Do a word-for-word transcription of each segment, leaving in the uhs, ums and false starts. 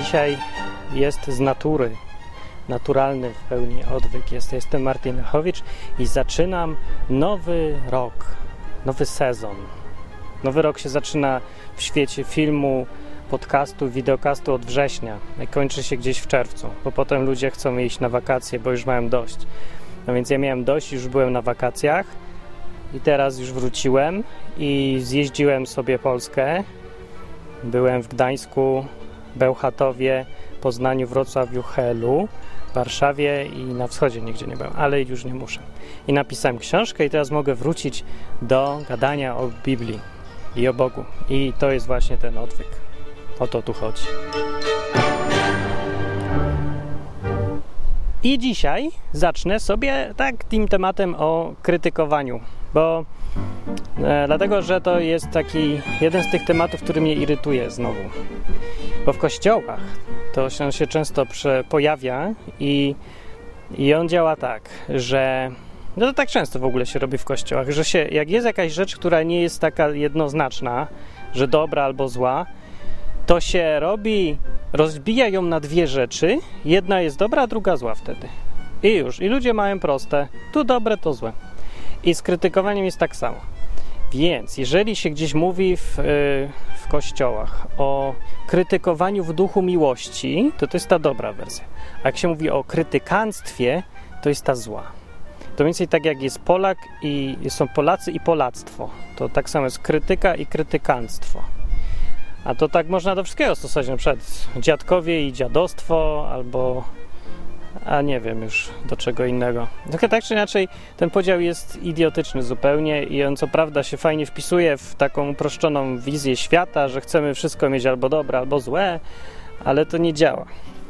dzisiaj jest z natury. Naturalny w pełni odwyk jest. Jestem Martin Lechowicz i zaczynam nowy rok, nowy sezon. Nowy rok się zaczyna w świecie filmu, podcastu, wideokastu od września i kończy się gdzieś w czerwcu, bo potem ludzie chcą iść na wakacje, bo już mają dość. No więc ja miałem dość, już byłem na wakacjach i teraz już wróciłem i zjeździłem sobie Polskę. Byłem w Gdańsku, Bełchatowie, Poznaniu, Wrocławiu, Helu, Warszawie i na wschodzie nigdzie nie byłem, ale już nie muszę. I napisałem książkę i teraz mogę wrócić do gadania o Biblii i o Bogu. I to jest właśnie ten odwyk. O to tu chodzi. I dzisiaj zacznę sobie tak tym tematem o krytykowaniu, bo e, dlatego, że to jest taki jeden z tych tematów, który mnie irytuje znowu. Bo w kościołach to się, się często prze, pojawia i, i on działa tak, że no to tak często w ogóle się robi w kościołach, że się, jak jest jakaś rzecz, która nie jest taka jednoznaczna, że dobra albo zła, to się robi, rozbija ją na dwie rzeczy. Jedna jest dobra, a druga zła wtedy. I już. I ludzie mają proste. Tu dobre, to złe. I z krytykowaniem jest tak samo. Więc jeżeli się gdzieś mówi w, w kościołach o krytykowaniu w duchu miłości, to to jest ta dobra wersja. A jak się mówi o krytykanstwie, to jest ta zła. To mniej więcej tak jak jest Polak i są Polacy i polactwo. To tak samo jest krytyka i krytykanstwo. A to tak można do wszystkiego stosować, na przykład dziadkowie i dziadostwo, albo, a nie wiem już do czego innego. Tylko tak czy inaczej ten podział jest idiotyczny zupełnie i on co prawda się fajnie wpisuje w taką uproszczoną wizję świata, że chcemy wszystko mieć albo dobre, albo złe, ale to nie działa.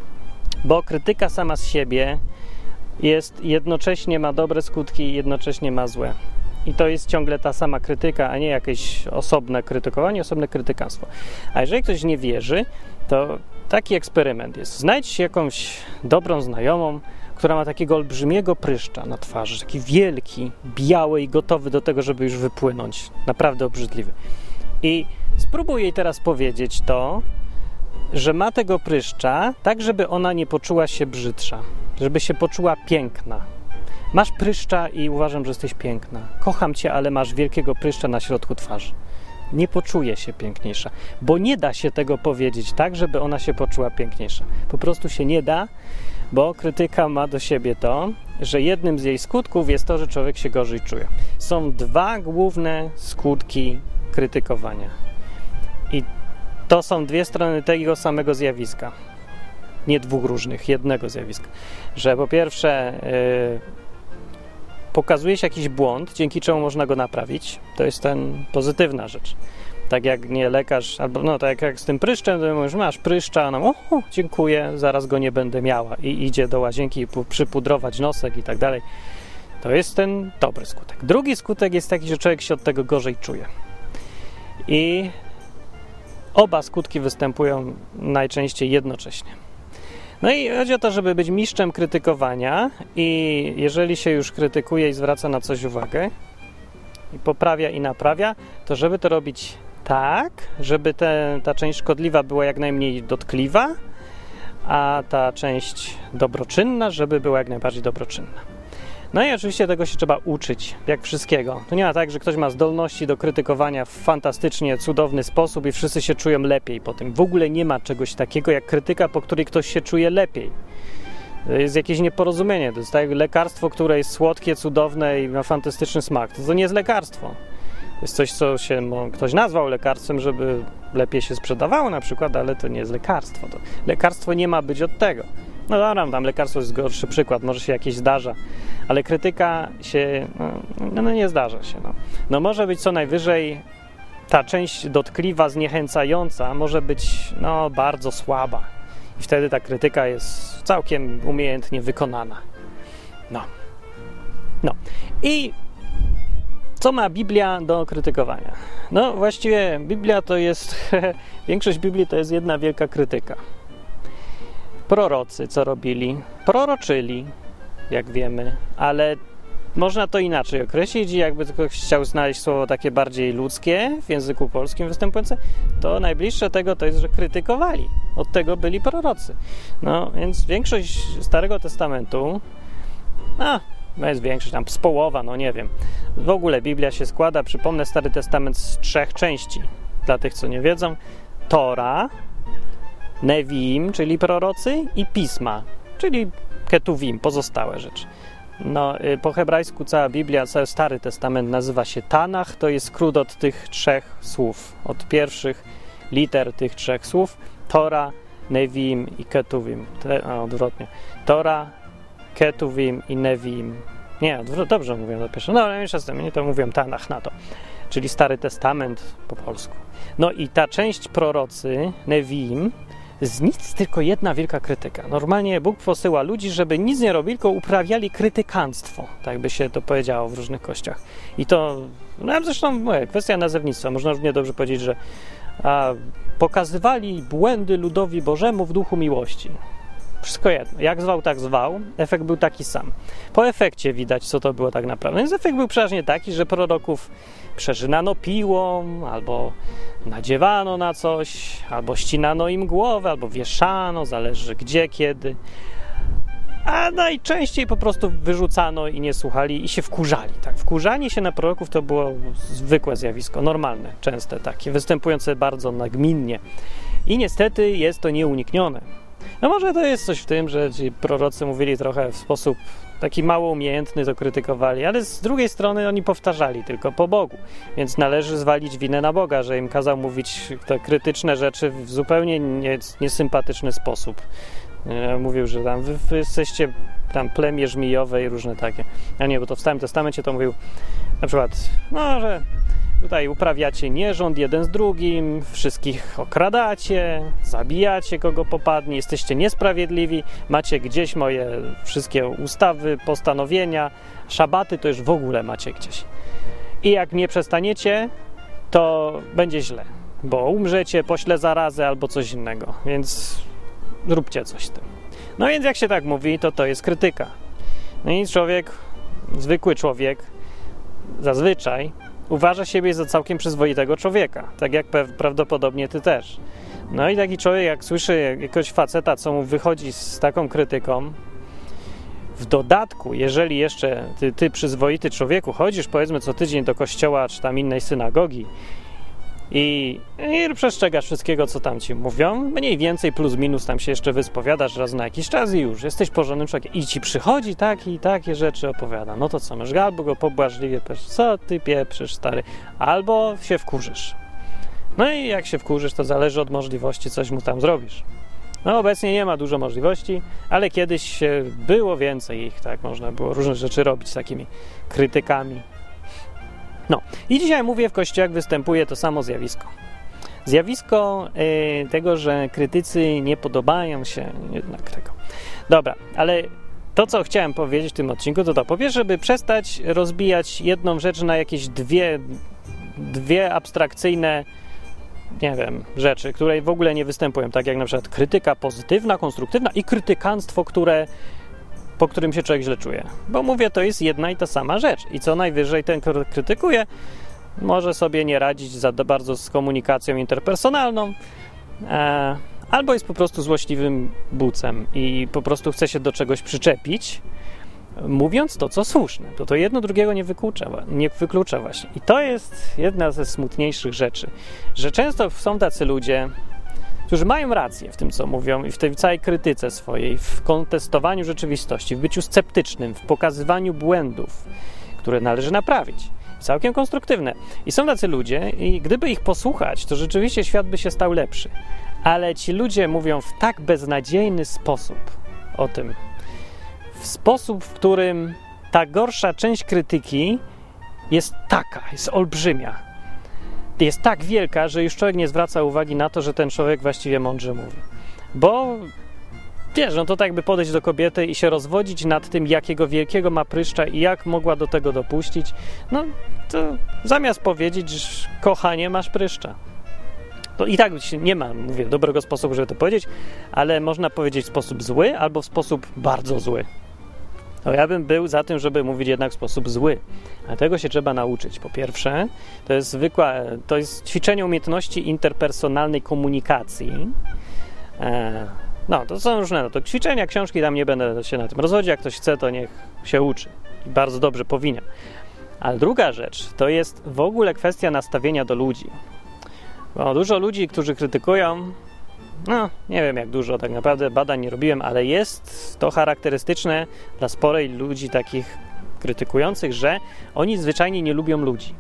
Bo krytyka sama z siebie jest jednocześnie ma dobre skutki i jednocześnie ma złe. I to jest ciągle ta sama krytyka, a nie jakieś osobne krytykowanie, osobne krytykanstwo. A jeżeli ktoś nie wierzy, to taki eksperyment jest. Znajdź jakąś dobrą znajomą, która ma takiego olbrzymiego pryszcza na twarzy, taki wielki, biały i gotowy do tego, żeby już wypłynąć. Naprawdę obrzydliwy. I spróbuj jej teraz powiedzieć to, że ma tego pryszcza tak, żeby ona nie poczuła się brzydsza, żeby się poczuła piękna. Masz pryszcza i uważam, że jesteś piękna. Kocham cię, ale masz wielkiego pryszcza na środku twarzy. Nie poczuje się piękniejsza, bo nie da się tego powiedzieć tak, żeby ona się poczuła piękniejsza. Po prostu się nie da, bo krytyka ma do siebie to, że jednym z jej skutków jest to, że człowiek się gorzej czuje. Są dwa główne skutki krytykowania. I to są dwie strony tego samego zjawiska. Nie dwóch różnych, jednego zjawiska. Że po pierwsze yy, pokazuje się jakiś błąd, dzięki czemu można go naprawić. To jest ten pozytywna rzecz. Tak jak nie lekarz, albo no tak jak z tym pryszczem, to mówisz, masz pryszcza, no o, dziękuję, zaraz go nie będę miała. I idzie do łazienki przypudrować nosek i tak dalej. To jest ten dobry skutek. Drugi skutek jest taki, że człowiek się od tego gorzej czuje. I oba skutki występują najczęściej jednocześnie. No i chodzi o to, żeby być mistrzem krytykowania i jeżeli się już krytykuje i zwraca na coś uwagę i poprawia i naprawia, to żeby to robić tak, żeby te, ta część szkodliwa była jak najmniej dotkliwa, a ta część dobroczynna, żeby była jak najbardziej dobroczynna. No i oczywiście tego się trzeba uczyć, jak wszystkiego. To nie ma tak, że ktoś ma zdolności do krytykowania w fantastycznie cudowny sposób i wszyscy się czują lepiej po tym. W ogóle nie ma czegoś takiego jak krytyka, po której ktoś się czuje lepiej. To jest jakieś nieporozumienie. To jest tak lekarstwo, które jest słodkie, cudowne i ma fantastyczny smak. To, to nie jest lekarstwo. To jest coś, co się no, ktoś nazwał lekarstwem, żeby lepiej się sprzedawało na przykład, ale to nie jest lekarstwo. To lekarstwo nie ma być od tego. No dobra, tam lekarstwo jest gorszy przykład, może się jakieś zdarza, ale krytyka się, no, no nie zdarza się. No. no może być co najwyżej ta część dotkliwa, zniechęcająca, może być no bardzo słaba i wtedy ta krytyka jest całkiem umiejętnie wykonana. No. No. I co ma Biblia do krytykowania? No właściwie Biblia to jest, większość Biblii to jest jedna wielka krytyka. Prorocy co robili? Proroczyli, jak wiemy, ale można to inaczej określić i jakby tylko chciał znaleźć słowo takie bardziej ludzkie w języku polskim występujące, to najbliższe tego to jest, że krytykowali. Od tego byli prorocy. No więc większość Starego Testamentu, a jest większość, tam z połowa, no nie wiem. W ogóle Biblia się składa, przypomnę, Stary Testament z trzech części. Dla tych, co nie wiedzą, Tora, Neviim, czyli prorocy, i Pisma, czyli Ketuvim, pozostałe rzeczy. No, po hebrajsku cała Biblia, cały Stary Testament nazywa się Tanach, to jest skrót od tych trzech słów, od pierwszych liter tych trzech słów, Tora, Neviim i Ketuvim. Te, a, odwrotnie. Tora, Ketuvim i Neviim. Nie, odwrot, dobrze mówię to pierwsze. No, ale jeszcze z tym, nie to mówią Tanach na to, czyli Stary Testament po polsku. No i ta część prorocy, Neviim, z nic tylko jedna wielka krytyka. Normalnie Bóg posyła ludzi, żeby nic nie robili, tylko uprawiali krytykanstwo, tak by się to powiedziało w różnych kościach. I to, no zresztą mówię, kwestia nazewnictwa. Można równie dobrze powiedzieć, że a, pokazywali błędy ludowi Bożemu w duchu miłości. Wszystko jedno. Jak zwał, tak zwał. Efekt był taki sam. Po efekcie widać, co to było tak naprawdę. Więc efekt był przeważnie taki, że proroków przeżynano piłą, albo nadziewano na coś, albo ścinano im głowę, albo wieszano, zależy gdzie, kiedy. A najczęściej po prostu wyrzucano i nie słuchali i się wkurzali. Tak, wkurzanie się na proroków to było zwykłe zjawisko, normalne, częste takie, występujące bardzo nagminnie. I niestety jest to nieuniknione. No może to jest coś w tym, że ci prorocy mówili trochę w sposób taki mało umiejętny, to krytykowali, ale z drugiej strony oni powtarzali tylko po Bogu, więc należy zwalić winę na Boga, że im kazał mówić te krytyczne rzeczy w zupełnie nie, niesympatyczny sposób. Mówił, że tam wy, wy jesteście tam plemię żmijowe i różne takie. A nie, bo to w Starym Testamencie to mówił na przykład, no, że tutaj uprawiacie nierząd jeden z drugim, wszystkich okradacie, zabijacie kogo popadnie, jesteście niesprawiedliwi, macie gdzieś moje wszystkie ustawy, postanowienia, szabaty to już w ogóle macie gdzieś. I jak nie przestaniecie, to będzie źle, bo umrzecie, pośle zarazę albo coś innego, więc zróbcie coś z tym. No więc jak się tak mówi, to to jest krytyka. No i człowiek, zwykły człowiek, zazwyczaj uważa siebie za całkiem przyzwoitego człowieka, tak jak pe- prawdopodobnie ty też. No i taki człowiek, jak słyszy jakiegoś faceta, co mu wychodzi z taką krytyką, w dodatku, jeżeli jeszcze ty, ty przyzwoity człowieku chodzisz, powiedzmy, co tydzień do kościoła czy tam innej synagogi i, i przestrzegasz wszystkiego, co tam ci mówią, mniej więcej plus minus tam się jeszcze wyspowiadasz raz na jakiś czas i już, jesteś porządnym człowiekiem i ci przychodzi taki i takie rzeczy opowiada, no to co, masz albo go pobłażliwie piesz, co ty pieprzysz, stary, albo się wkurzysz. No i jak się wkurzysz, to zależy od możliwości, coś mu tam zrobisz. No obecnie nie ma dużo możliwości, ale kiedyś było więcej ich, tak, można było różne rzeczy robić z takimi krytykami. No i dzisiaj mówię, w kościołach występuje to samo zjawisko. Zjawisko y, tego, że krytycy nie podobają się jednak tego. Dobra, ale to, co chciałem powiedzieć w tym odcinku, to to po pierwsze, żeby przestać rozbijać jedną rzecz na jakieś dwie, dwie abstrakcyjne, nie wiem, rzeczy, które w ogóle nie występują, tak jak na przykład krytyka pozytywna, konstruktywna i krytykanstwo, które po którym się człowiek źle czuje. Bo mówię, to jest jedna i ta sama rzecz. I co najwyżej ten, który krytykuje, może sobie nie radzić za bardzo z komunikacją interpersonalną, e, albo jest po prostu złośliwym bucem i po prostu chce się do czegoś przyczepić, mówiąc to, co słuszne. To to jedno drugiego nie wyklucza, nie wyklucza właśnie. I to jest jedna ze smutniejszych rzeczy, że często są tacy ludzie, którzy mają rację w tym, co mówią i w tej całej krytyce swojej, w kontestowaniu rzeczywistości, w byciu sceptycznym, w pokazywaniu błędów, które należy naprawić. Całkiem konstruktywne. I są tacy ludzie i gdyby ich posłuchać, to rzeczywiście świat by się stał lepszy. Ale ci ludzie mówią w tak beznadziejny sposób o tym. W sposób, w którym ta gorsza część krytyki jest taka, jest olbrzymia. Jest tak wielka, że już człowiek nie zwraca uwagi na to, że ten człowiek właściwie mądrze mówi. Bo wiesz, no to tak jakby podejść do kobiety i się rozwodzić nad tym, jakiego wielkiego ma pryszcza i jak mogła do tego dopuścić, no to zamiast powiedzieć, że kochanie, masz pryszcza. To i tak nie ma, mówię, dobrego sposobu, żeby to powiedzieć, ale można powiedzieć w sposób zły albo w sposób bardzo zły. to ja bym był za tym, żeby mówić jednak w sposób zły. A tego się trzeba nauczyć. Po pierwsze, to jest zwykła, to jest ćwiczenie umiejętności interpersonalnej komunikacji. E, no, to są różne, no to ćwiczenia, książki, tam nie będę się na tym rozwodził. Jak ktoś chce, to niech się uczy. I bardzo dobrze powinien. Ale druga rzecz, to jest w ogóle kwestia nastawienia do ludzi. Bo dużo ludzi, którzy krytykują, no nie wiem jak dużo, tak naprawdę badań nie robiłem, ale jest to charakterystyczne dla sporej ludzi takich krytykujących, że oni zwyczajnie nie lubią ludzi.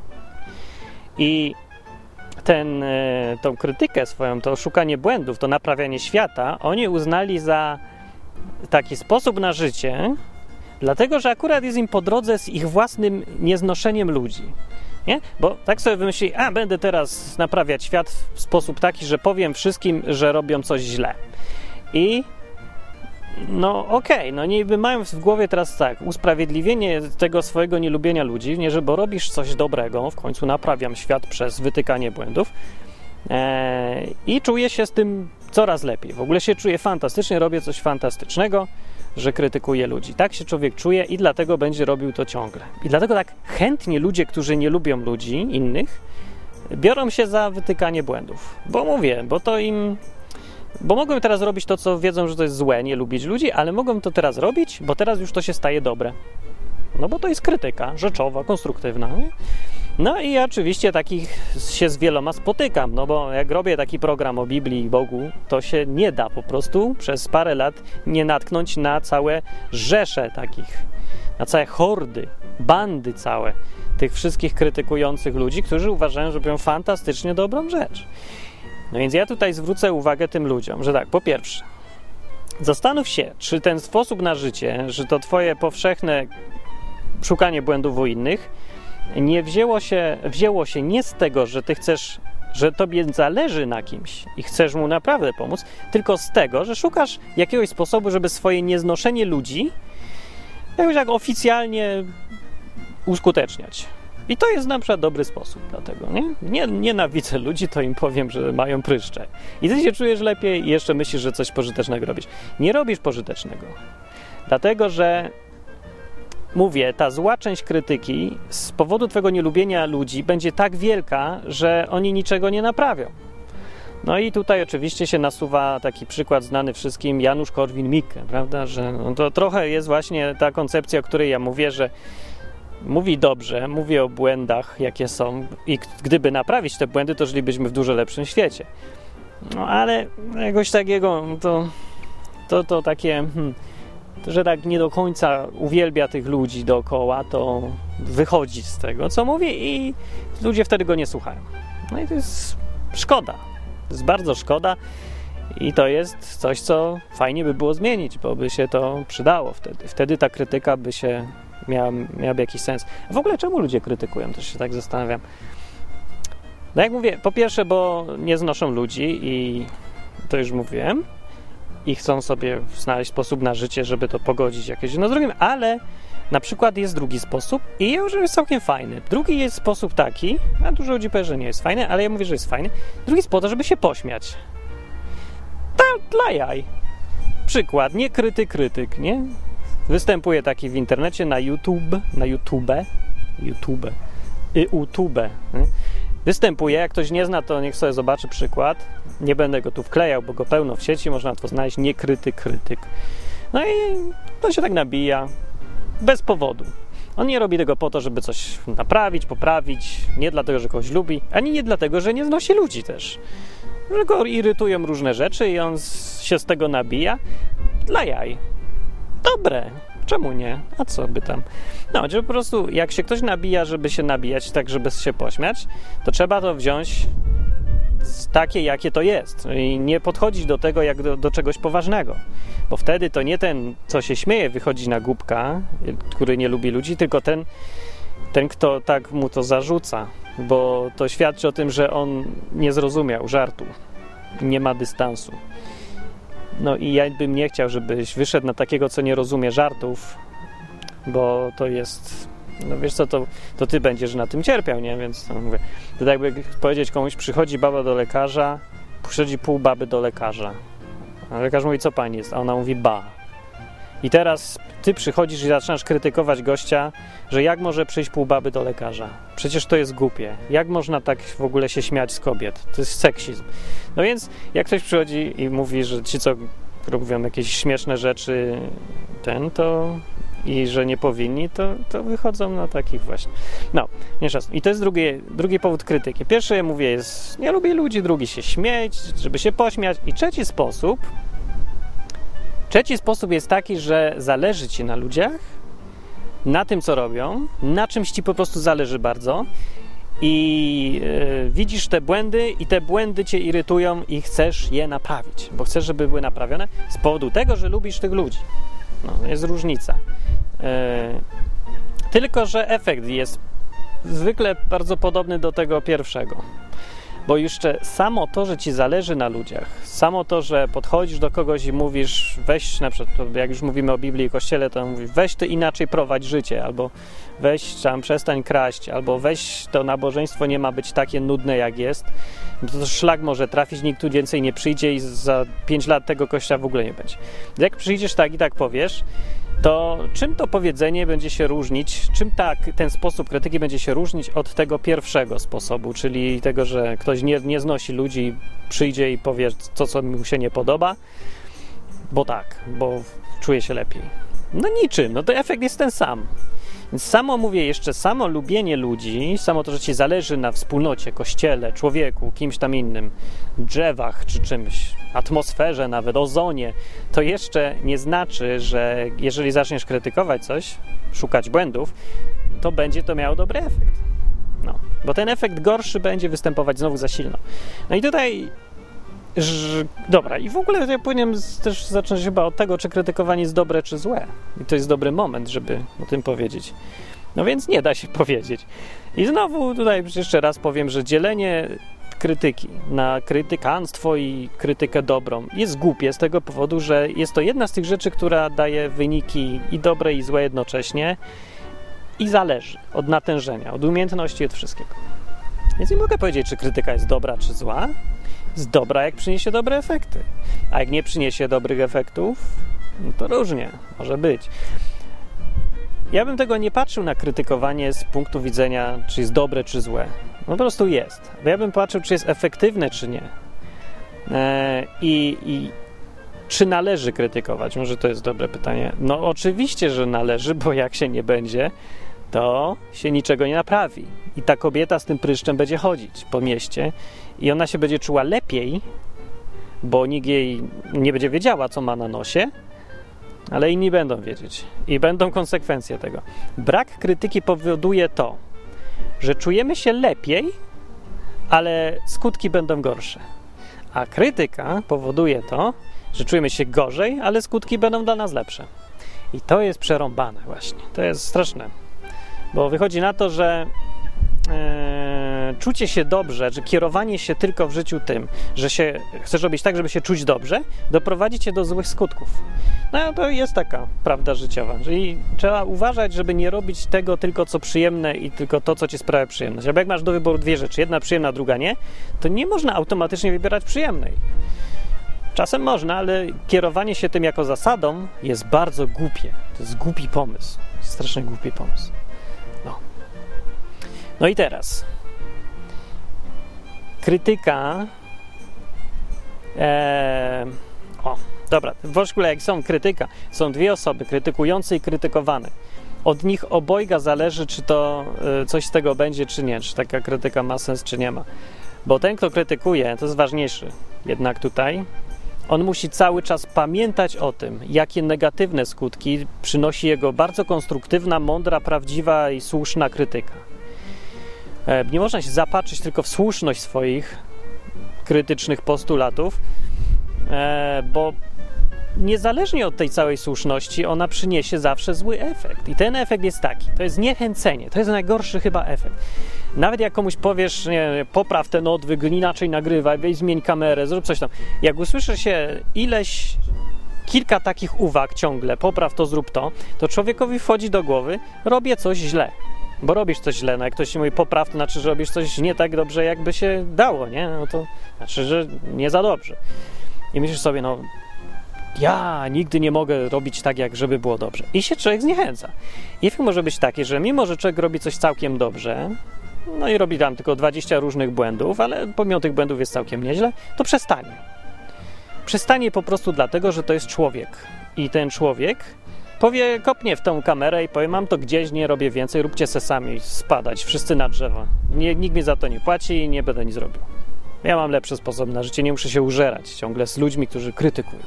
I ten, tą krytykę swoją, to szukanie błędów, to naprawianie świata, oni uznali za taki sposób na życie, dlatego, że akurat jest im po drodze z ich własnym nieznoszeniem ludzi. Nie? Bo tak sobie wymyślili, a będę teraz naprawiać świat w sposób taki, że powiem wszystkim, że robią coś źle. I no okej, okay, no niby mają w głowie teraz tak, usprawiedliwienie tego swojego nielubienia ludzi, nie, że bo robisz coś dobrego, w końcu naprawiam świat przez wytykanie błędów eee, i czuję się z tym coraz lepiej. W ogóle się czuję fantastycznie, robię coś fantastycznego, że krytykuje ludzi. Tak się człowiek czuje i dlatego będzie robił to ciągle. I dlatego tak chętnie ludzie, którzy nie lubią ludzi innych, biorą się za wytykanie błędów. Bo mówię, bo to im... Bo mogą teraz robić to, co wiedzą, że to jest złe, nie lubić ludzi, ale mogą to teraz robić, bo teraz już to się staje dobre. No bo to jest krytyka rzeczowa, konstruktywna. Nie? No i oczywiście takich się z wieloma spotykam, no bo jak robię taki program o Biblii i Bogu, to się nie da po prostu przez parę lat nie natknąć na całe rzesze takich, na całe hordy, bandy całe tych wszystkich krytykujących ludzi, którzy uważają, że robią fantastycznie dobrą rzecz. No więc ja tutaj zwrócę uwagę tym ludziom, że tak, po pierwsze, zastanów się, czy ten sposób na życie, że to twoje powszechne szukanie błędów u innych nie wzięło się, wzięło się nie z tego, że ty chcesz, że tobie zależy na kimś i chcesz mu naprawdę pomóc, tylko z tego, że szukasz jakiegoś sposobu, żeby swoje nieznoszenie ludzi jakoś tak oficjalnie uskuteczniać. I to jest na przykład dobry sposób dlatego, nie? nie? Nienawidzę ludzi, to im powiem, że mają pryszcze. I ty się czujesz lepiej i jeszcze myślisz, że coś pożytecznego robisz. Nie robisz pożytecznego. Dlatego, że mówię, ta zła część krytyki z powodu twojego nielubienia ludzi będzie tak wielka, że oni niczego nie naprawią. No i tutaj oczywiście się nasuwa taki przykład znany wszystkim, Janusz Korwin-Mikke, prawda? Że no to trochę jest właśnie ta koncepcja, o której ja mówię, że mówi dobrze, mówi o błędach, jakie są i gdyby naprawić te błędy, to żylibyśmy w dużo lepszym świecie. No ale jakoś takiego, to, to, to takie, hmm, to, że tak nie do końca uwielbia tych ludzi dookoła, to wychodzi z tego, co mówi i ludzie wtedy go nie słuchają. No i to jest szkoda. To jest bardzo szkoda i to jest coś, co fajnie by było zmienić, bo by się to przydało wtedy. Wtedy ta krytyka by się miała, miałaby jakiś sens. A w ogóle czemu ludzie krytykują? Też się tak zastanawiam. No jak mówię, po pierwsze, bo nie znoszą ludzi i to już mówiłem i chcą sobie znaleźć sposób na życie, żeby to pogodzić jakieś jedno z drugim, ale na przykład jest drugi sposób i ja uważam, że jest całkiem fajny. Drugi jest sposób taki, a dużo ludzi powie, że nie jest fajny, ale ja mówię, że jest fajny. Drugi jest po to, żeby się pośmiać. Ta, dla jaj. Przykład, nie kryty krytyk, nie? Występuje taki w internecie na YouTube, na YouTube, YouTube, YouTube. Nie? Występuje, jak ktoś nie zna, to niech sobie zobaczy przykład. Nie będę go tu wklejał, bo go pełno w sieci, można to znaleźć, nie kryty krytyk. No i to się tak nabija. Bez powodu. On nie robi tego po to, żeby coś naprawić, poprawić, nie dlatego, że kogoś lubi, ani nie dlatego, że nie znosi ludzi też. Że go irytują różne rzeczy i on się z tego nabija. Dla jaj. Dobre. Czemu nie? A co by tam? No, że po prostu jak się ktoś nabija, żeby się nabijać, tak żeby się pośmiać, to trzeba to wziąć takie, jakie to jest. I nie podchodzić do tego jak do, do czegoś poważnego. Bo wtedy to nie ten, co się śmieje, wychodzi na głupka, który nie lubi ludzi, tylko ten, ten, kto tak mu to zarzuca. Bo to świadczy o tym, że on nie zrozumiał żartu. Nie ma dystansu. No i ja bym nie chciał, żebyś wyszedł na takiego, co nie rozumie żartów, bo to jest... No wiesz co, to, to ty będziesz na tym cierpiał, nie? Więc no, mówię, to tak jakby powiedzieć komuś, przychodzi baba do lekarza, przychodzi pół baby do lekarza. A lekarz mówi, co pani jest? A ona mówi, ba. I teraz ty przychodzisz i zaczynasz krytykować gościa, że jak może przyjść pół baby do lekarza? Przecież to jest głupie. Jak można tak w ogóle się śmiać z kobiet? To jest seksizm. No więc jak ktoś przychodzi i mówi, że ci, co robią jakieś śmieszne rzeczy, ten, to i że nie powinni, to, to wychodzą na takich właśnie. No, nie czas. I to jest drugi, drugi powód krytyki. Pierwszy, ja mówię, jest, nie lubię ludzi, drugi się śmieć, żeby się pośmiać. I trzeci sposób, trzeci sposób jest taki, że zależy ci na ludziach, na tym, co robią, na czymś ci po prostu zależy bardzo i yy, widzisz te błędy i te błędy cię irytują i chcesz je naprawić, bo chcesz, żeby były naprawione z powodu tego, że lubisz tych ludzi. No, jest różnica. Yy, tylko, że efekt jest zwykle bardzo podobny do tego pierwszego. Bo jeszcze samo to, że ci zależy na ludziach, samo to, że podchodzisz do kogoś i mówisz, weź, na przykład, jak już mówimy o Biblii i Kościele, to mówisz, weź ty inaczej prowadź życie, albo weź tam przestań kraść, albo weź to nabożeństwo nie ma być takie nudne jak jest, to szlak może trafić, nikt tu więcej nie przyjdzie i za pięć lat tego kościoła w ogóle nie będzie. Jak przyjdziesz tak i tak powiesz, to czym to powiedzenie będzie się różnić, czym tak ten sposób krytyki będzie się różnić od tego pierwszego sposobu, czyli tego, że ktoś nie, nie znosi ludzi, przyjdzie i powie to, co mu się nie podoba, bo tak, bo czuje się lepiej. No niczym, no to efekt jest ten sam. Więc samo mówię jeszcze, samo lubienie ludzi, samo to, że ci zależy na wspólnocie, kościele, człowieku, kimś tam innym, drzewach czy czymś, atmosferze nawet, ozonie, to jeszcze nie znaczy, że jeżeli zaczniesz krytykować coś, szukać błędów, to będzie to miało dobry efekt. No, bo ten efekt gorszy będzie występować znowu za silno. No i tutaj Ż- Dobra, i w ogóle ja powinienem też zacząć chyba od tego, czy krytykowanie jest dobre, czy złe. I to jest dobry moment, żeby o tym powiedzieć. No więc nie da się powiedzieć. I znowu tutaj jeszcze raz powiem, że dzielenie krytyki na krytykanstwo i krytykę dobrą jest głupie z tego powodu, że jest to jedna z tych rzeczy, która daje wyniki i dobre, i złe jednocześnie i zależy od natężenia, od umiejętności, od wszystkiego. Więc nie mogę powiedzieć, czy krytyka jest dobra, czy zła. Jest dobra, jak przyniesie dobre efekty. A jak nie przyniesie dobrych efektów, no to różnie może być. Ja bym tego nie patrzył na krytykowanie z punktu widzenia, czy jest dobre, czy złe. No po prostu jest. Bo ja bym patrzył, czy jest efektywne, czy nie. Eee, i, I czy należy krytykować? Może to jest dobre pytanie. No oczywiście, że należy, bo jak się nie będzie, to się niczego nie naprawi. I ta kobieta z tym pryszczem będzie chodzić po mieście i ona się będzie czuła lepiej, bo nikt jej nie będzie wiedziała, co ma na nosie, ale inni będą wiedzieć. I będą konsekwencje tego. Brak krytyki powoduje to, że czujemy się lepiej, ale skutki będą gorsze. A krytyka powoduje to, że czujemy się gorzej, ale skutki będą dla nas lepsze. I to jest przerąbane właśnie. To jest straszne. Bo wychodzi na to, że e, czucie się dobrze, że kierowanie się tylko w życiu tym, że się chcesz robić tak, żeby się czuć dobrze, doprowadzi cię do złych skutków. No to jest taka prawda życiowa. Czyli trzeba uważać, żeby nie robić tego tylko co przyjemne i tylko to, co ci sprawia przyjemność. Albo jak masz do wyboru dwie rzeczy, jedna przyjemna, druga nie, to nie można automatycznie wybierać przyjemnej. Czasem można, ale kierowanie się tym jako zasadą jest bardzo głupie. To jest głupi pomysł. Strasznie głupi pomysł. No. No i teraz krytyka e, o, dobra, w ogóle jak są krytyka, są dwie osoby, krytykujące i krytykowane. Od nich obojga zależy, czy to y, coś z tego będzie, czy nie, czy taka krytyka ma sens, czy nie ma. Bo ten, kto krytykuje, to jest ważniejszy jednak tutaj. On musi cały czas pamiętać o tym, jakie negatywne skutki przynosi jego bardzo konstruktywna, mądra, prawdziwa i słuszna krytyka. Nie można się zapatrzyć tylko w słuszność swoich krytycznych postulatów, bo niezależnie od tej całej słuszności ona przyniesie zawsze zły efekt. I ten efekt jest taki, to jest niechęcenie, to jest najgorszy chyba efekt. Nawet jak komuś powiesz, nie, popraw ten odwyk, inaczej nagrywaj, weź zmień kamerę, zrób coś tam. Jak usłyszy się ileś, kilka takich uwag ciągle, popraw to, zrób to, to człowiekowi wchodzi do głowy, robię coś źle. Bo robisz coś źle, no jak ktoś ci mówi popraw, to znaczy, że robisz coś nie tak dobrze, jakby się dało, nie? No to znaczy, że nie za dobrze. I myślisz sobie, no ja nigdy nie mogę robić tak, jak żeby było dobrze. I się człowiek zniechęca. I efekt może być taki, że mimo, że człowiek robi coś całkiem dobrze, no i robi tam tylko dwadzieścia różnych błędów, ale pomimo tych błędów jest całkiem nieźle, to przestanie. Przestanie po prostu dlatego, że to jest człowiek. I ten człowiek powie, kopnie w tą kamerę i powie, mam to gdzieś, nie robię więcej, róbcie se sami, spadać, wszyscy na drzewa. Nie, nikt mi za to nie płaci i nie będę nic robił. Ja mam lepszy sposób na życie, nie muszę się użerać ciągle z ludźmi, którzy krytykują.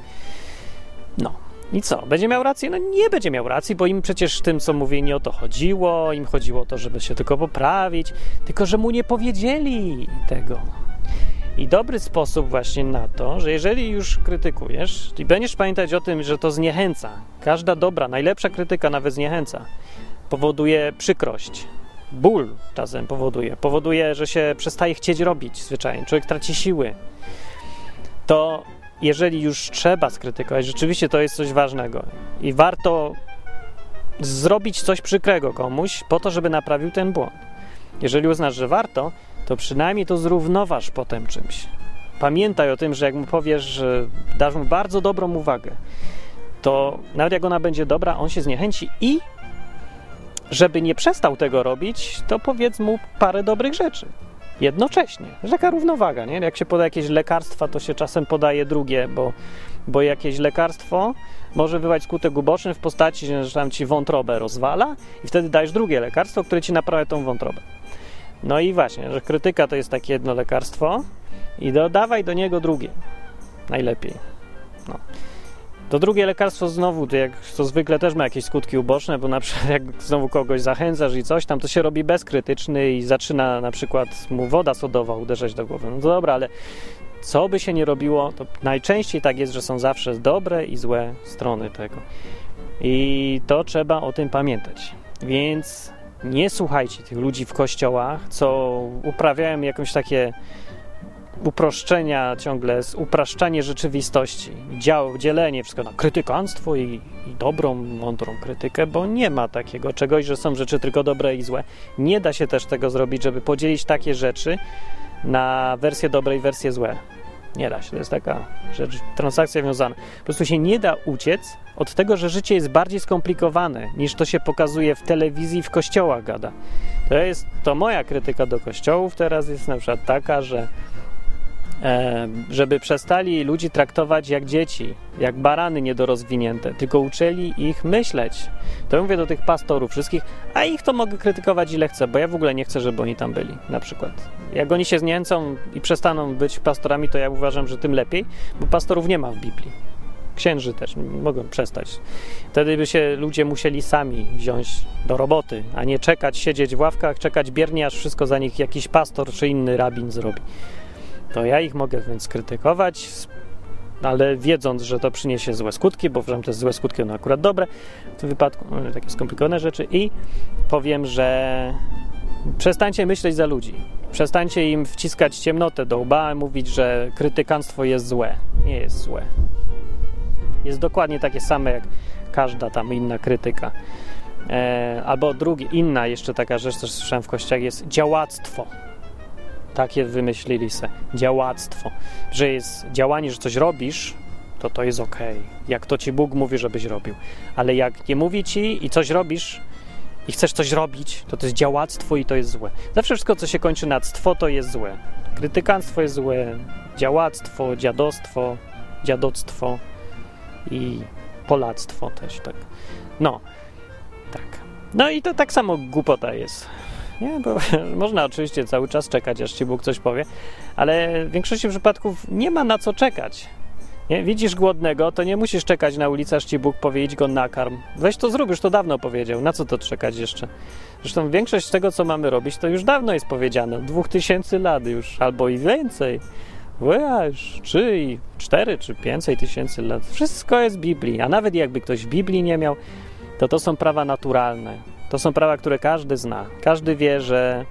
No i co? Będzie miał rację? No nie będzie miał racji, bo im przecież tym, co mówię, nie o to chodziło, im chodziło o to, żeby się tylko poprawić, tylko że mu nie powiedzieli tego. I dobry sposób właśnie na to, że jeżeli już krytykujesz, i będziesz pamiętać o tym, że to zniechęca. Każda dobra, najlepsza krytyka nawet zniechęca. Powoduje przykrość. Ból czasem powoduje. Powoduje, że się przestaje chcieć robić zwyczajnie. Człowiek traci siły. To jeżeli już trzeba skrytykować, rzeczywiście to jest coś ważnego. I warto zrobić coś przykrego komuś po to, żeby naprawił ten błąd. Jeżeli uznasz, że warto, to przynajmniej to zrównoważ potem czymś. Pamiętaj o tym, że jak mu powiesz, że dasz mu bardzo dobrą uwagę, to nawet jak ona będzie dobra, on się zniechęci i żeby nie przestał tego robić, to powiedz mu parę dobrych rzeczy. Jednocześnie. Taka równowaga, nie? Jak się poda jakieś lekarstwa, to się czasem podaje drugie, bo, bo jakieś lekarstwo może wywołać skutek uboczny w postaci, że tam ci wątrobę rozwala i wtedy dajesz drugie lekarstwo, które ci naprawia tą wątrobę. No i właśnie, że krytyka to jest takie jedno lekarstwo i dodawaj do niego drugie. Najlepiej. No. To drugie lekarstwo znowu, to jak to zwykle też ma jakieś skutki uboczne, bo na przykład jak znowu kogoś zachęcasz i coś tam, to się robi bezkrytyczny i zaczyna na przykład mu woda sodowa uderzać do głowy. No to dobra, ale co by się nie robiło, to najczęściej tak jest, że są zawsze dobre i złe strony tego. I to trzeba o tym pamiętać. Więc nie słuchajcie tych ludzi w kościołach, co uprawiają jakieś takie uproszczenia ciągle, upraszczanie rzeczywistości, dział, dzielenie wszystko na krytykanstwo i, i dobrą, mądrą krytykę, bo nie ma takiego czegoś, że są rzeczy tylko dobre i złe. Nie da się też tego zrobić, żeby podzielić takie rzeczy na wersje dobre i wersje złe. Nie da się, to jest taka rzecz, transakcja wiązana. Po prostu się nie da uciec od tego, że życie jest bardziej skomplikowane, niż to się pokazuje w telewizji, w kościołach gada. To jest, to moja krytyka do kościołów teraz jest na przykład taka, że e, żeby przestali ludzi traktować jak dzieci, jak barany niedorozwinięte, tylko uczyli ich myśleć. To ja mówię do tych pastorów wszystkich, a ich to mogę krytykować ile chcę, bo ja w ogóle nie chcę, żeby oni tam byli, na przykład. Jak oni się zniechęcą i przestaną być pastorami, to ja uważam, że tym lepiej, bo pastorów nie ma w Biblii. Księży też mogą przestać. Wtedy by się ludzie musieli sami wziąć do roboty, a nie czekać, siedzieć w ławkach, czekać biernie, aż wszystko za nich jakiś pastor czy inny rabin zrobi. To ja ich mogę więc krytykować, ale wiedząc, że to przyniesie złe skutki, bo uważam, że te złe skutki one akurat dobre w tym wypadku, no, takie skomplikowane rzeczy i powiem, że przestańcie myśleć za ludzi. Przestańcie im wciskać ciemnotę do łba i mówić, że krytykanstwo jest złe. Nie jest złe. Jest dokładnie takie same jak każda tam inna krytyka. E, albo drugi, inna jeszcze taka rzecz, co słyszałem w kościołach, jest działactwo. Takie wymyślili se. Działactwo. Że jest działanie, że coś robisz, to to jest okej. Okay. Jak to ci Bóg mówi, żebyś robił. Ale jak nie mówi ci i coś robisz i chcesz coś robić, to to jest działactwo i to jest złe. Zawsze wszystko, co się kończy na ctwo, to jest złe. Krytykanstwo jest złe, działactwo, dziadostwo, dziadoctwo i polactwo też, tak. No, tak. No i to tak samo głupota jest. Nie, bo można oczywiście cały czas czekać, aż ci Bóg coś powie, ale w większości przypadków nie ma na co czekać. Nie? Widzisz głodnego, to nie musisz czekać na ulicy, aż ci Bóg powie, idź go nakarm. Weź to zrób, już to dawno powiedział. Na co to czekać jeszcze? Zresztą większość tego, co mamy robić, to już dawno jest powiedziane. Dwóch tysięcy lat już, albo i więcej. Już trzy, i cztery, czy więcej tysięcy lat. Wszystko jest w Biblii. A nawet jakby ktoś Biblii nie miał, to to są prawa naturalne. To są prawa, które każdy zna. Każdy wie, że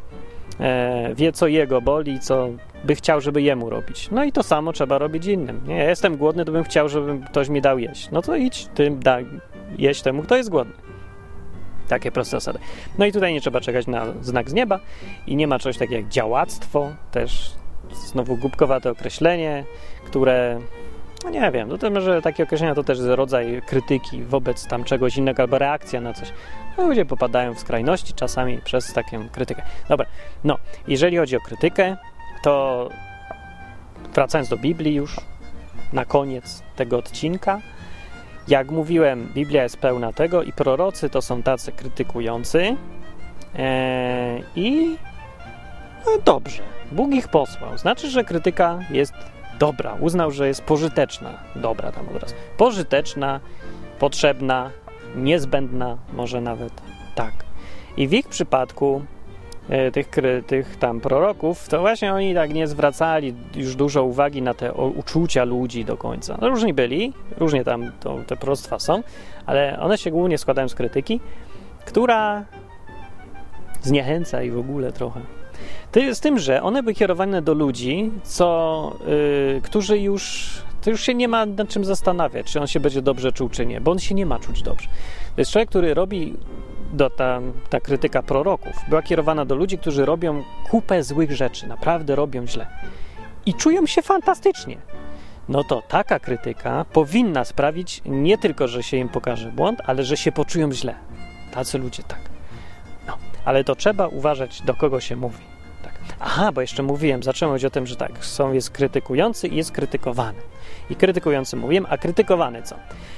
e, wie, co jego boli, co by chciał, żeby jemu robić. No i to samo trzeba robić innym. Nie, ja jestem głodny, to bym chciał, żeby ktoś mi dał jeść. No to idź tym daj jeść temu, kto jest głodny. Takie proste zasady. No i tutaj nie trzeba czekać na znak z nieba i nie ma czegoś takiego jak działactwo, też znowu głupkowate określenie, które no nie wiem, no to może takie określenia to też jest rodzaj krytyki wobec tam czegoś innego albo reakcja na coś. No, ludzie popadają w skrajności czasami przez taką krytykę. Dobra, no, jeżeli chodzi o krytykę, to wracając do Biblii już, na koniec tego odcinka, jak mówiłem, Biblia jest pełna tego i prorocy to są tacy krytykujący eee, i no, dobrze, Bóg ich posłał. Znaczy, że krytyka jest dobra, uznał, że jest pożyteczna, dobra tam od razu, pożyteczna, potrzebna, niezbędna, może nawet tak. I w ich przypadku e, tych, tych tam proroków, to właśnie oni tak nie zwracali już dużo uwagi na te o, uczucia ludzi do końca. No, różni byli, różnie tam to, te proroctwa są, ale one się głównie składają z krytyki, która zniechęca i w ogóle trochę. Z tym, że one były kierowane do ludzi, co, yy, którzy już, to już się nie ma nad czym zastanawiać, czy on się będzie dobrze czuł, czy nie, bo on się nie ma czuć dobrze. To jest człowiek, który robi, do ta, ta krytyka proroków była kierowana do ludzi, którzy robią kupę złych rzeczy, naprawdę robią źle i czują się fantastycznie. No to taka krytyka powinna sprawić nie tylko, że się im pokaże błąd, ale że się poczują źle. Tacy ludzie tak. No, ale to trzeba uważać, do kogo się mówi. Tak. Aha, bo jeszcze mówiłem, zacząłem mówić o tym, że tak, są, jest krytykujący i jest krytykowany. I krytykujący mówiłem, a krytykowany co?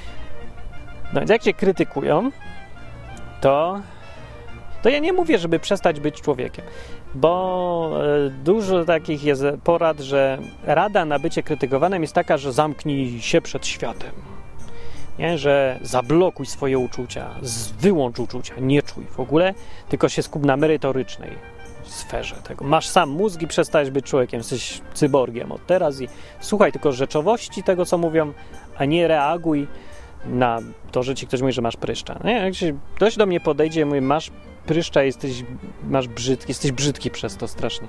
No więc jak cię krytykują, to, to ja nie mówię, żeby przestać być człowiekiem, bo e, dużo takich jest porad, że rada na bycie krytykowanym jest taka, że zamknij się przed światem. Nie, że zablokuj swoje uczucia, wyłącz uczucia, nie czuj w ogóle, tylko się skup na merytorycznej sferze tego. Masz sam mózg i przestajesz być człowiekiem, jesteś cyborgiem od teraz i słuchaj tylko rzeczowości tego, co mówią, a nie reaguj na to, że ci ktoś mówi, że masz pryszcza. Nie, jak się ktoś do mnie podejdzie i mówi, masz pryszcza, jesteś, masz brzydki, jesteś brzydki przez to strasznie.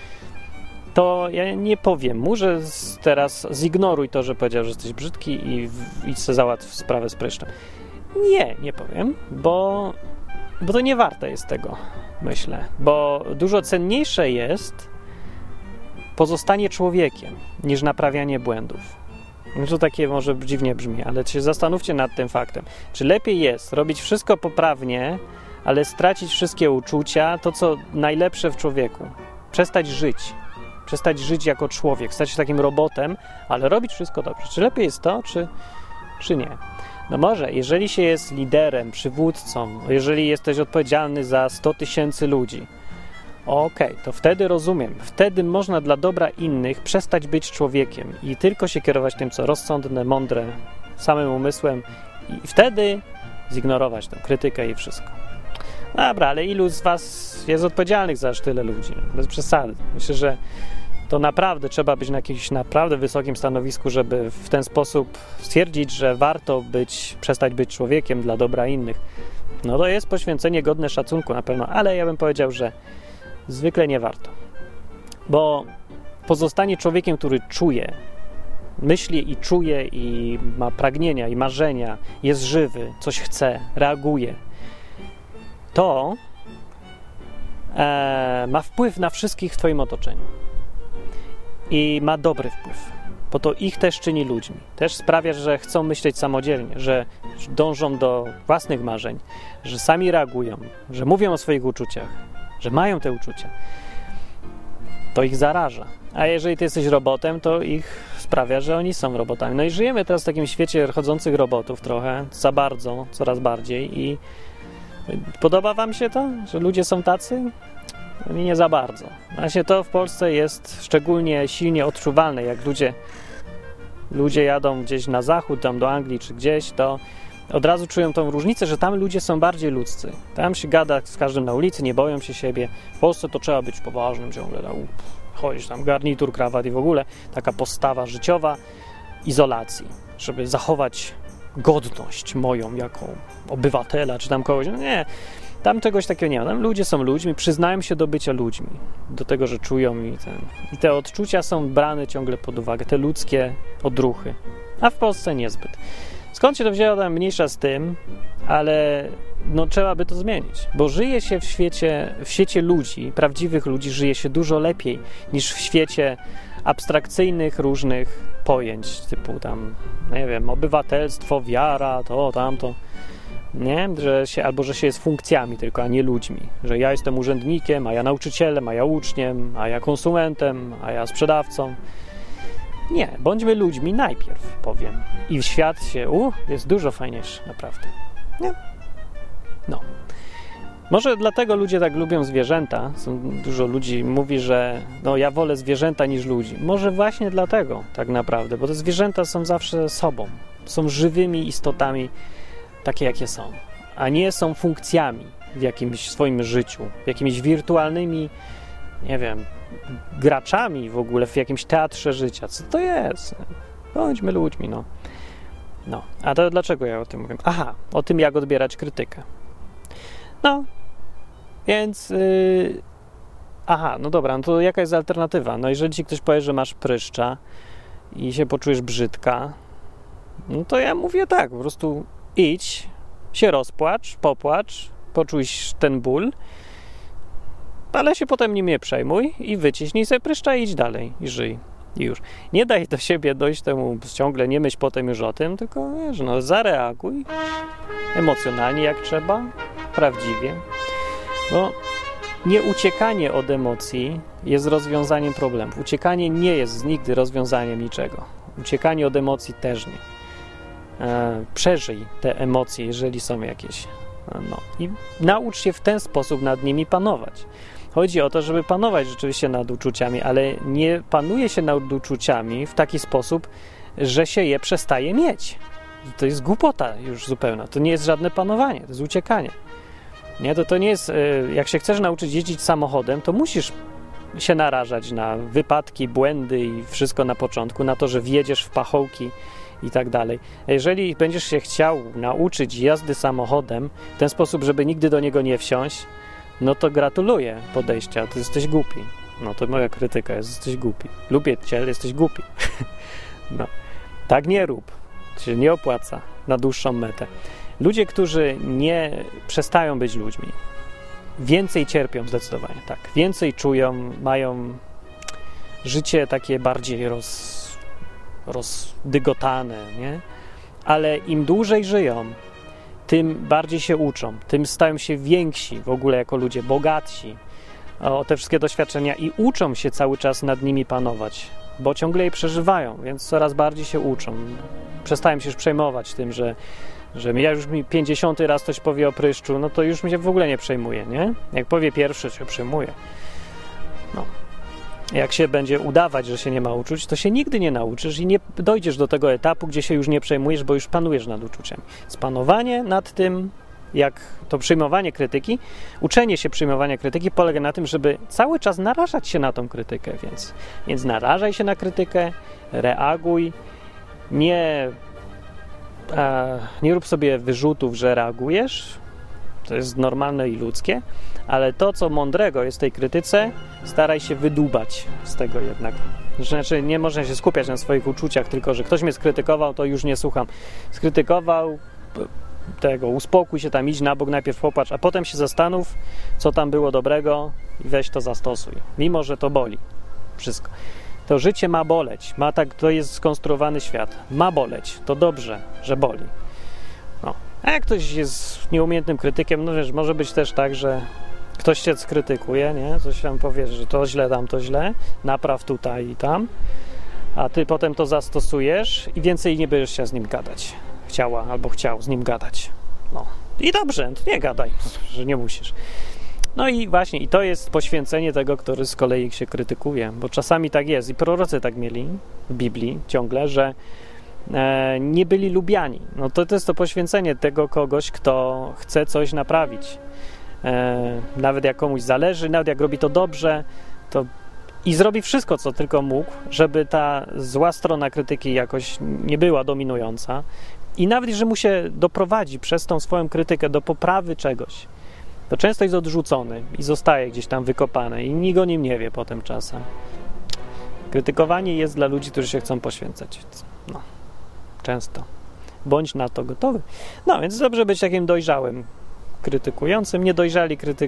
To ja nie powiem mu, że teraz zignoruj to, że powiedział, że jesteś brzydki i idź sobie załatw sprawę z pryszczem. Nie, nie powiem, bo, bo to nie warte jest tego, myślę. Bo dużo cenniejsze jest pozostanie człowiekiem niż naprawianie błędów. No to takie może dziwnie brzmi, ale się zastanówcie nad tym faktem. Czy lepiej jest robić wszystko poprawnie, ale stracić wszystkie uczucia, to co najlepsze w człowieku. Przestać żyć. Przestać żyć jako człowiek, stać się takim robotem, ale robić wszystko dobrze. Czy lepiej jest to, czy, czy nie? No może, jeżeli się jest liderem, przywódcą, jeżeli jesteś odpowiedzialny za sto tysięcy ludzi, okej, okay, to wtedy rozumiem. Wtedy można dla dobra innych przestać być człowiekiem i tylko się kierować tym, co rozsądne, mądre, samym umysłem i wtedy zignorować tę krytykę i wszystko. Dobra, ale ilu z was jest odpowiedzialnych za aż tyle ludzi? Bez przesady. Myślę, że to naprawdę trzeba być na jakimś naprawdę wysokim stanowisku, żeby w ten sposób stwierdzić, że warto być, przestać być człowiekiem dla dobra innych. No to jest poświęcenie godne szacunku na pewno, ale ja bym powiedział, że zwykle nie warto. Bo pozostanie człowiekiem, który czuje, myśli i czuje i ma pragnienia i marzenia, jest żywy, coś chce, reaguje, to e, ma wpływ na wszystkich w twoim otoczeniu. I ma dobry wpływ, bo to ich też czyni ludźmi. Też sprawia, że chcą myśleć samodzielnie, że dążą do własnych marzeń, że sami reagują, że mówią o swoich uczuciach, że mają te uczucia. To ich zaraża. A jeżeli ty jesteś robotem, to ich sprawia, że oni są robotami. No i żyjemy teraz w takim świecie chodzących robotów trochę, za bardzo, coraz bardziej i podoba wam się to, że ludzie są tacy? Mi nie za bardzo. Właśnie to w Polsce jest szczególnie silnie odczuwalne, jak ludzie, ludzie jadą gdzieś na zachód, tam do Anglii czy gdzieś, to od razu czują tą różnicę, że tam ludzie są bardziej ludzcy. Tam się gada z każdym na ulicy, nie boją się siebie. W Polsce to trzeba być poważnym ciągle, no, chodzić tam garnitur, krawat i w ogóle taka postawa życiowa izolacji, żeby zachować godność moją jako obywatela, czy tam kogoś. No nie, tam czegoś takiego nie ma. Tam ludzie są ludźmi, przyznają się do bycia ludźmi, do tego, że czują i, ten, i te odczucia są brane ciągle pod uwagę, te ludzkie odruchy, a w Polsce niezbyt. Skąd się to wzięło, tam mniejsza z tym, ale no, trzeba by to zmienić, bo żyje się w świecie, w świecie ludzi, prawdziwych ludzi, żyje się dużo lepiej niż w świecie abstrakcyjnych różnych pojęć, typu tam, nie wiem, obywatelstwo, wiara, to, tamto, nie? Że się, albo że się jest funkcjami tylko, a nie ludźmi, że ja jestem urzędnikiem, a ja nauczycielem, a ja uczniem, a ja konsumentem, a ja sprzedawcą. Nie, bądźmy ludźmi najpierw, powiem. I świat się, u, jest dużo fajniejszy, naprawdę. Nie? No. Może dlatego ludzie tak lubią zwierzęta. Są, dużo ludzi mówi, że no ja wolę zwierzęta niż ludzi. Może właśnie dlatego tak naprawdę, bo te zwierzęta są zawsze sobą. Są żywymi istotami, takie jakie są. A nie są funkcjami w jakimś swoim życiu, jakimiś wirtualnymi, nie wiem, graczami w ogóle w jakimś teatrze życia. Co to jest? Bądźmy ludźmi, no. No, a to dlaczego ja o tym mówię? Aha, o tym, jak odbierać krytykę. No, więc... Yy... Aha, no dobra, no to jaka jest alternatywa? No jeżeli ci ktoś powie, że masz pryszcza i się poczujesz brzydka, no to ja mówię tak, po prostu idź, się rozpłacz, popłacz, poczuj ten ból, ale się potem nim nie przejmuj i wyciśnij sobie pryszcza i idź dalej i żyj. I już. Nie daj do siebie dojść temu, ciągle nie myśl potem już o tym, tylko wiesz, no zareaguj emocjonalnie jak trzeba, prawdziwie, bo nie uciekanie od emocji jest rozwiązaniem problemów. Uciekanie nie jest nigdy rozwiązaniem niczego. Uciekanie od emocji też nie. E, przeżyj te emocje, jeżeli są jakieś. No. I naucz się w ten sposób nad nimi panować. Chodzi o to, żeby panować rzeczywiście nad uczuciami, ale nie panuje się nad uczuciami w taki sposób, że się je przestaje mieć. To jest głupota już zupełna. To nie jest żadne panowanie, to jest uciekanie. Nie, to, to nie jest... Jak się chcesz nauczyć jeździć samochodem, to musisz się narażać na wypadki, błędy i wszystko na początku, na to, że wjedziesz w pachołki i tak dalej. Jeżeli będziesz się chciał nauczyć jazdy samochodem w ten sposób, żeby nigdy do niego nie wsiąść, no to gratuluję podejścia, ty jesteś głupi. No to moja krytyka jest, jesteś głupi. Lubię cię, ale jesteś głupi. No. Tak nie rób. To się nie opłaca na dłuższą metę. Ludzie, którzy nie przestają być ludźmi, więcej cierpią zdecydowanie, tak. Więcej czują, mają życie takie bardziej roz, rozdygotane, nie? Ale im dłużej żyją, tym bardziej się uczą, tym stają się więksi w ogóle jako ludzie, bogatsi o te wszystkie doświadczenia i uczą się cały czas nad nimi panować, bo ciągle je przeżywają, więc coraz bardziej się uczą. Przestają się już przejmować tym, że, że ja już mi pięćdziesiąty raz ktoś powie o pryszczu, no to już mi się w ogóle nie przejmuje, nie? Jak powie pierwszy, się przejmuje. No. Jak się będzie udawać, że się nie ma uczuć, to się nigdy nie nauczysz i nie dojdziesz do tego etapu, gdzie się już nie przejmujesz, bo już panujesz nad uczuciem. Spanowanie nad tym, jak to przyjmowanie krytyki, uczenie się przyjmowania krytyki polega na tym, żeby cały czas narażać się na tą krytykę, więc, więc narażaj się na krytykę, reaguj, nie, e, nie rób sobie wyrzutów, że reagujesz, to jest normalne i ludzkie, ale to, co mądrego jest w tej krytyce, staraj się wydłubać z tego jednak. Znaczy, nie można się skupiać na swoich uczuciach, tylko że ktoś mnie skrytykował, to już nie słucham. Skrytykował, tego, uspokój się tam, idź na bok, najpierw popatrz, a potem się zastanów, co tam było dobrego i weź to zastosuj. Mimo, że to boli. Wszystko. To życie ma boleć. Ma tak, to jest skonstruowany świat. Ma boleć. To dobrze, że boli. No. A jak ktoś jest nieumiejętnym krytykiem, no wiesz, może być też tak, że ktoś cię skrytykuje, nie? Coś tam powie, że to źle, tam to źle, napraw tutaj i tam, a ty potem to zastosujesz i więcej nie będziesz się z nim gadać. Chciała albo chciał z nim gadać. No. I dobrze, to nie gadaj, że nie musisz. No i właśnie, i to jest poświęcenie tego, który z kolei się krytykuje, bo czasami tak jest i prorocy tak mieli w Biblii ciągle, że e, nie byli lubiani. No to, to jest to poświęcenie tego kogoś, kto chce coś naprawić. E, nawet jak komuś zależy, nawet jak robi to dobrze, to i zrobi wszystko, co tylko mógł, żeby ta zła strona krytyki jakoś nie była dominująca i nawet, że mu się doprowadzi przez tą swoją krytykę do poprawy czegoś, to często jest odrzucony i zostaje gdzieś tam wykopany i nikt o nim nie wie potem czasem. Krytykowanie jest dla ludzi, którzy się chcą poświęcać. No, często. Bądź na to gotowy. No, więc dobrze być takim dojrzałym krytykującym. Niedojrzali krytyk,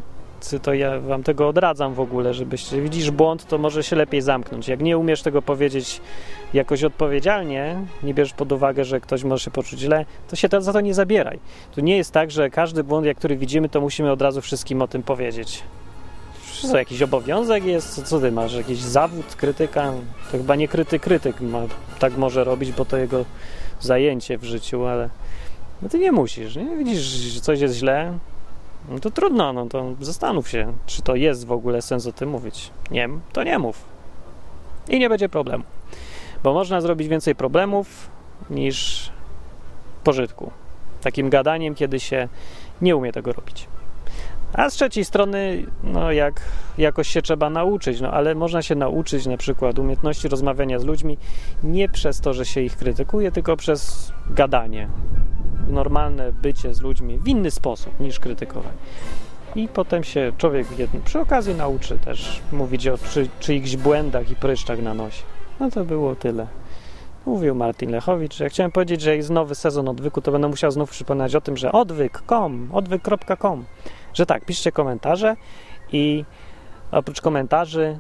to ja wam tego odradzam w ogóle, żebyście, widzisz błąd, to może się lepiej zamknąć. Jak nie umiesz tego powiedzieć jakoś odpowiedzialnie, nie bierzesz pod uwagę, że ktoś może się poczuć źle, to się to, za to nie zabieraj. Tu nie jest tak, że każdy błąd, jak który widzimy, to musimy od razu wszystkim o tym powiedzieć. Co, jakiś obowiązek jest? Co, co ty masz? Jakiś zawód krytyka? To chyba nie krytyk, krytyk ma, tak może robić, bo to jego zajęcie w życiu, ale no ty nie musisz, nie? Widzisz, że coś jest źle, no to trudno, no to zastanów się, czy to jest w ogóle sens o tym mówić. Nie, to nie mów. I nie będzie problemu. Bo można zrobić więcej problemów niż pożytku. Takim gadaniem, kiedy się nie umie tego robić. A z trzeciej strony, no jak jakoś się trzeba nauczyć, no ale można się nauczyć na przykład umiejętności rozmawiania z ludźmi nie przez to, że się ich krytykuje, tylko przez gadanie. Normalne bycie z ludźmi w inny sposób niż krytykowanie. I potem się człowiek jednym przy okazji nauczy też mówić o czy, czyichś błędach i pryszczach na nosie. No to było tyle. Mówił Martin Lechowicz. Ja chciałem powiedzieć, że jest nowy sezon Odwyku, to będę musiał znów przypominać o tym, że odwyk kropka com, odwyk kropka com, że tak, piszcie komentarze i oprócz komentarzy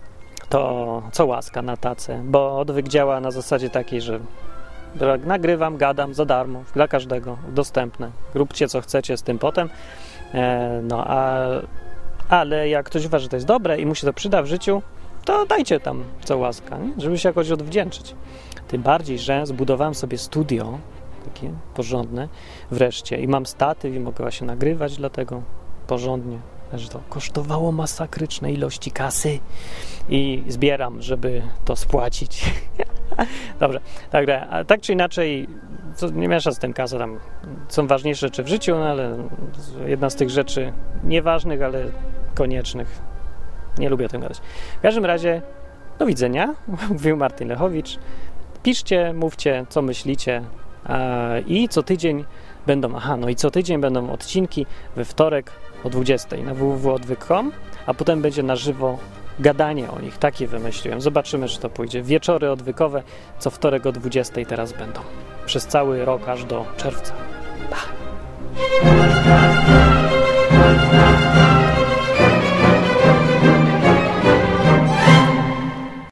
to co łaska na tacę, bo odwyk działa na zasadzie takiej, że nagrywam, gadam za darmo, dla każdego, dostępne. Róbcie co chcecie z tym potem. E, no a ale jak ktoś uważa, że to jest dobre i mu się to przyda w życiu, to dajcie tam co łaska, nie? Żeby się jakoś odwdzięczyć. Tym bardziej, że zbudowałem sobie studio takie porządne wreszcie i mam statyw i mogę się nagrywać dlatego porządnie. Że to kosztowało masakryczne ilości kasy i zbieram, żeby to spłacić. Dobrze, tak, a tak czy inaczej, to nie miesza z tym kasa, tam są ważniejsze rzeczy w życiu, no ale jedna z tych rzeczy nieważnych, ale koniecznych. Nie lubię o tym gadać. W każdym razie, do widzenia, mówił Martin Lechowicz. Piszcie, mówcie, co myślicie a, i co tydzień będą, aha, no i co tydzień będą odcinki we wtorek o dwudziestej na w w w kropka odwyk kropka com, a potem będzie na żywo gadanie o nich. Takie wymyśliłem. Zobaczymy, czy to pójdzie. Wieczory odwykowe co wtorek o dwudziestej teraz będą. Przez cały rok aż do czerwca. Pa!